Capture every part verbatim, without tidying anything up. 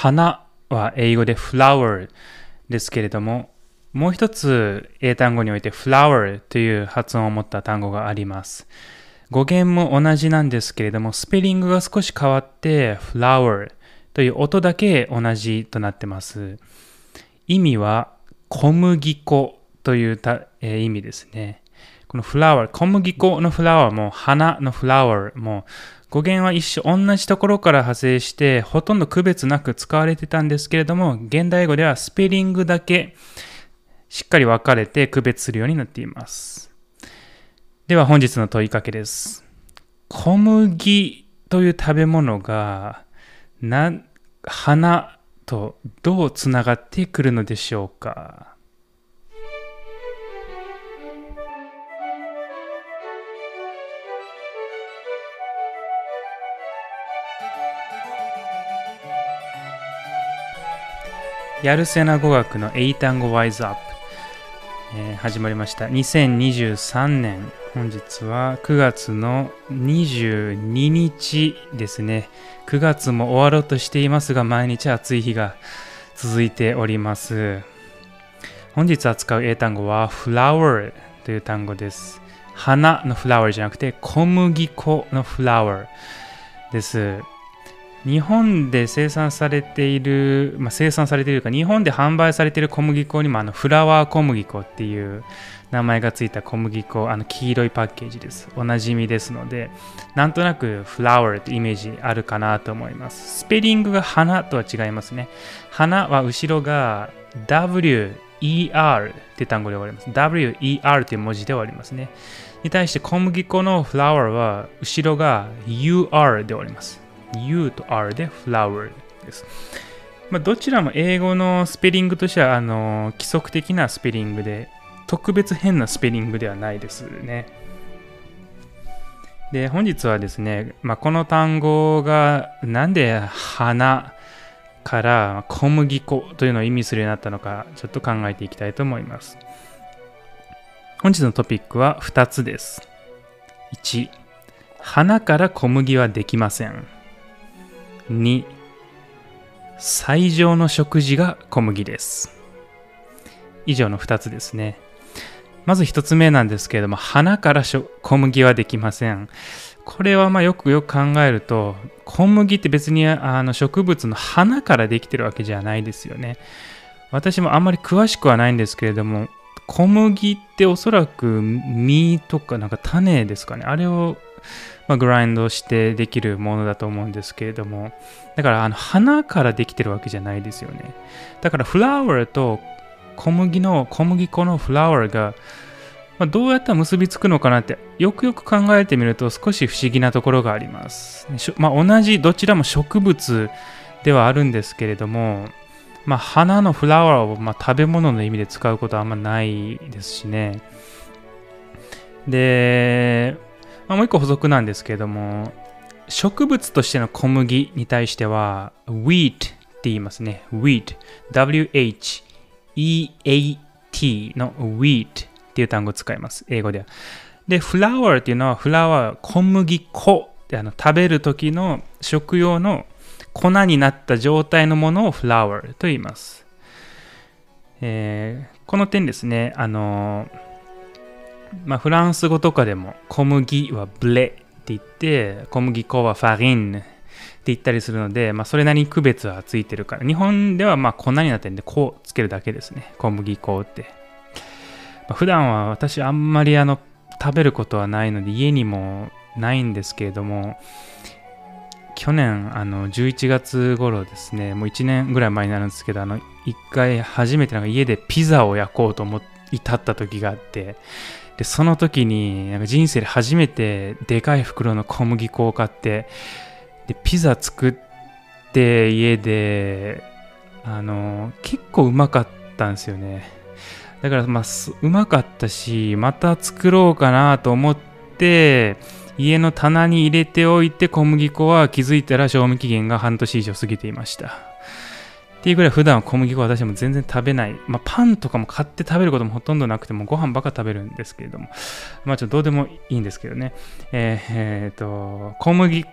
花は英語で flower ですけれども、もう一つ英単語において flower という発音を持った単語があります。語源も同じなんですけれども、スペリングが少し変わって flower という音だけ同じとなってます。意味は小麦粉というた、えー、意味ですね。この flower、小麦粉の flower も花の flower も語源は一緒、同じところから派生してほとんど区別なく使われてたんですけれども、現代語ではスペリングだけしっかり分かれて区別するようになっています。では本日の問いかけです。小麦という食べ物がな花とどうつながってくるのでしょうか。やるせな語学の英単語ワイズアップ、えー、始まりました。にせんにじゅうさんねん、本日はくがつのにじゅうににちですね。くがつも終わろうとしていますが、毎日暑い日が続いております。本日扱う英単語は flower という単語です。花の flower じゃなくて小麦粉の flower です。日本で生産されている、まあ、生産されているか、日本で販売されている小麦粉にもあのフラワー小麦粉っていう名前がついた小麦粉、あの黄色いパッケージです。おなじみですので、なんとなくフラワーってイメージあるかなと思います。スペリングが花とは違いますね。花は後ろが ダブリューイーアール って単語で終わります。ダブリューイーアール っていう文字で終わりますね。に対して小麦粉のフラワーは後ろが ユーアール で終わります。U と R で flower です。まあ、どちらも英語のスペリングとしてはあの規則的なスペリングで、特別変なスペリングではないですね。で、本日はですね、まあ、この単語がなんで花から小麦粉というのを意味するようになったのか、ちょっと考えていきたいと思います。本日のトピックはふたつです。いち、花から小麦はできません。に、最上の食事が小麦です。以上のふたつですね。まずひとつめなんですけれども、花から小麦はできません。これはまあよくよく考えると、小麦って別にあの植物の花からできてるわけじゃないですよね。私もあんまり詳しくはないんですけれども、小麦っておそらく実とかなんか種ですかね。あれをまあ、グラインドしてできるものだと思うんですけれども、だからあの花からできてるわけじゃないですよね。だからフラワーと小麦の小麦粉のフラワーが、まあ、どうやったら結びつくのかなってよくよく考えてみると少し不思議なところがあります。まあ、同じどちらも植物ではあるんですけれども、まあ、花のフラワーをまあ食べ物の意味で使うことはあんまないですしね。で、まあ、もう一個補足なんですけれども、植物としての小麦に対しては wheat って言いますね。wheat、ダブリューエイチイーエーティー の wheat っていう単語を使います。英語では。で、flour っていうのはフラワー、小麦粉ってあの食べる時の食用の粉になった状態のものを flour と言います。えー、この点ですね、あのまあ、フランス語とかでも小麦はブレって言って小麦粉はファリンって言ったりするので、まあ、それなりに区別はついてるから、日本ではまあ粉になってるんでこうつけるだけですね、小麦粉って。まあ、普段は私あんまりあの食べることはないので家にもないんですけれども、去年あのじゅういちがつ頃ですね、もういちねんぐらい前になるんですけど、あの一回初めてなんか家でピザを焼こうと思って至った時があって、でその時になんか人生で初めてでかい袋の小麦粉を買って、でピザ作って家であの結構うまかったんですよね。だからまあうまかったし、また作ろうかなと思って家の棚に入れておいて、小麦粉は気づいたら賞味期限が半年以上過ぎていました。っていうぐらい普段は小麦粉は私も全然食べない。まあ、パンとかも買って食べることもほとんどなくても、ご飯ばっか食べるんですけれども、まあちょっとどうでもいいんですけどね。えー、えーと、小麦粉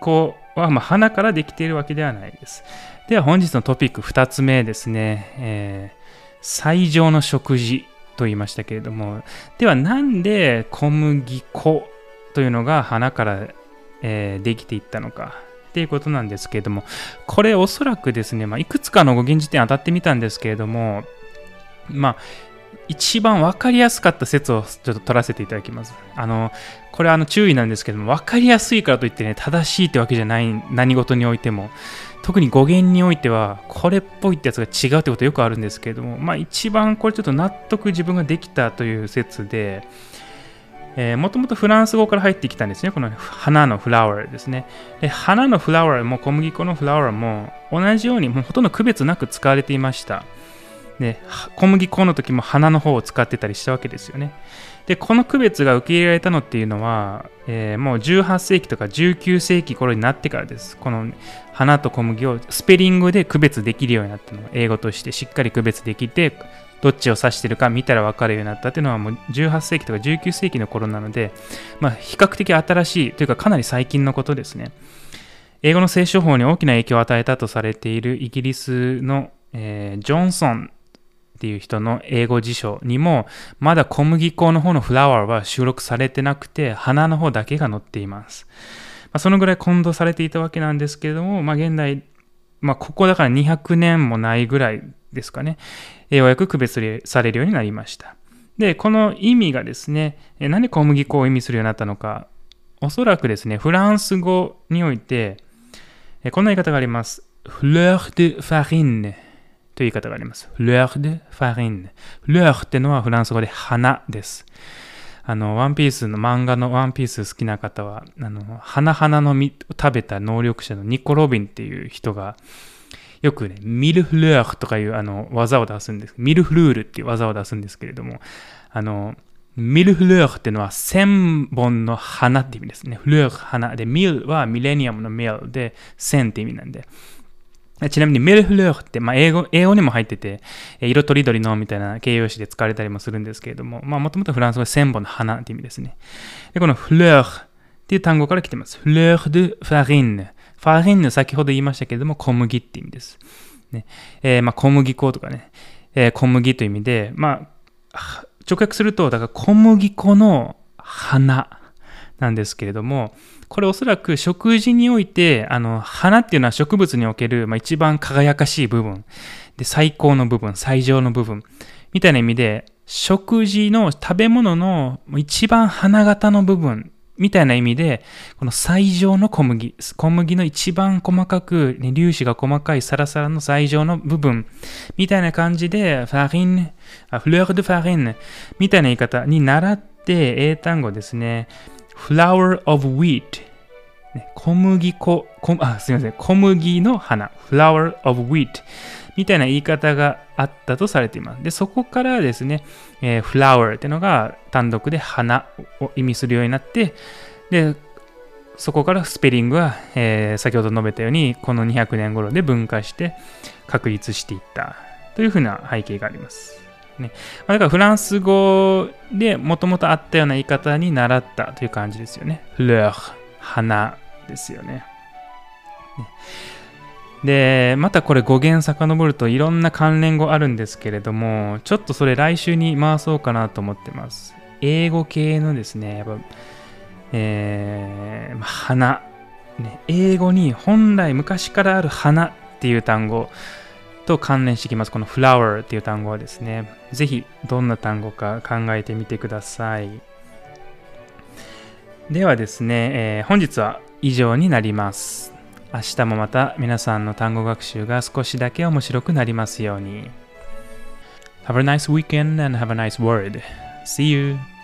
は、まあ、花からできているわけではないです。では本日のトピックふたつめですね。えー、最上の食事と言いましたけれども、ではなんで小麦粉というのが花から、えー、できていったのかっていうことなんですけれども、これおそらくですね、まあ、いくつかの語源辞典当たってみたんですけれども、まあ一番分かりやすかった説をちょっと取らせていただきます。あのこれはあの注意なんですけども、分かりやすいからといってね、正しいってわけじゃない、何事においても。特に語源においては、これっぽいってやつが違うってことはよくあるんですけれども、まあ一番これちょっと納得自分ができたという説で、えー、もともとフランス語から入ってきたんですね。この花のフラワーですね。で、花のフラワーも小麦粉のフラワーも同じようにもうほとんど区別なく使われていました。で、小麦粉の時も花の方を使ってたりしたわけですよね。で、この区別が受け入れられたのっていうのは、えー、もうじゅうはっせいきとかじゅうきゅうせいき頃になってからです。この花と小麦をスペリングで区別できるようになったのは、英語としてしっかり区別できて、どっちを指してるか見たら分かるようになったっていうのはもうじゅうはっせいきとかじゅうきゅうせいきの頃なので、まあ、比較的新しいというかかなり最近のことですね。英語の聖書法に大きな影響を与えたとされているイギリスの、えー、ジョンソンっていう人の英語辞書にもまだ小麦粉の方のフラワーは収録されてなくて、花の方だけが載っています。まあ、そのぐらい混同されていたわけなんですけれども、まあ、現代、まあ、ここだからにひゃくねんもないぐらいですかね、ようやく区別されるようになりました。で、この意味がですね、何で小麦粉を意味するようになったのか、おそらくですね、フランス語においてこんな言い方があります。fleur de farineという言い方があります。fleur de farine。fleur ってのはフランス語で花です。あの、ワンピースの漫画のワンピース好きな方は、あの、花々の実を食べた能力者のニコ・ロビンっていう人が、よくね、ミルフルールとかいうあの技を出すんです。ミルフルールっていう技を出すんですけれども、あの、ミルフルールっていうのは千本の花って意味ですね。フルール、花。で、ミルはミレニアムのミルで千って意味なんで。ちなみにミルフルールって、まあ、英語、英語にも入ってて、色とりどりのみたいな形容詞で使われたりもするんですけれども、まあ、もともとフランス語で千本の花って意味ですね。で、このフルールっていう単語から来てます。フルールでファリンヌ。ファリンヌ、先ほど言いましたけれども、小麦って意味です。ねえーまあ、小麦粉とかね、えー、小麦という意味で、まあ、直訳すると、だから小麦粉の花なんですけれども、これおそらく食事において、あの、花っていうのは植物における、まあ、一番輝かしい部分、で、最高の部分、最上の部分、みたいな意味で、食事の食べ物の一番花形の部分、みたいな意味で、この最上の小麦、小麦の一番細かく、ね、粒子が細かいサラサラの最上の部分、みたいな感じで、ファリン、フレール・ド・ファリン、みたいな言い方に習って、英単語ですね、flower of wheat、ね、小麦粉、こあ、すみません、小麦の花、flower of wheat、みたいな言い方があったとされています。で、そこからですね、えー、flower っていうのが単独で花を意味するようになって、で、そこからスペリングは、えー、先ほど述べたように、このにひゃくねん頃で分化して確立していったというふうな背景があります。ね、だからフランス語でもともとあったような言い方に習ったという感じですよね。fleur、花ですよね。ねで、またこれ語源遡るといろんな関連語あるんですけれども、ちょっとそれ来週に回そうかなと思ってます。英語系のですね、やっぱ、えー、花、ね。英語に本来昔からある花っていう単語と関連してきます。この flower っていう単語はですね、ぜひどんな単語か考えてみてください。ではですね、えー、本日は以上になります。明日もまた皆さんの単語学習が少しだけ面白くなりますように。Have a nice weekend and have a nice word. See you!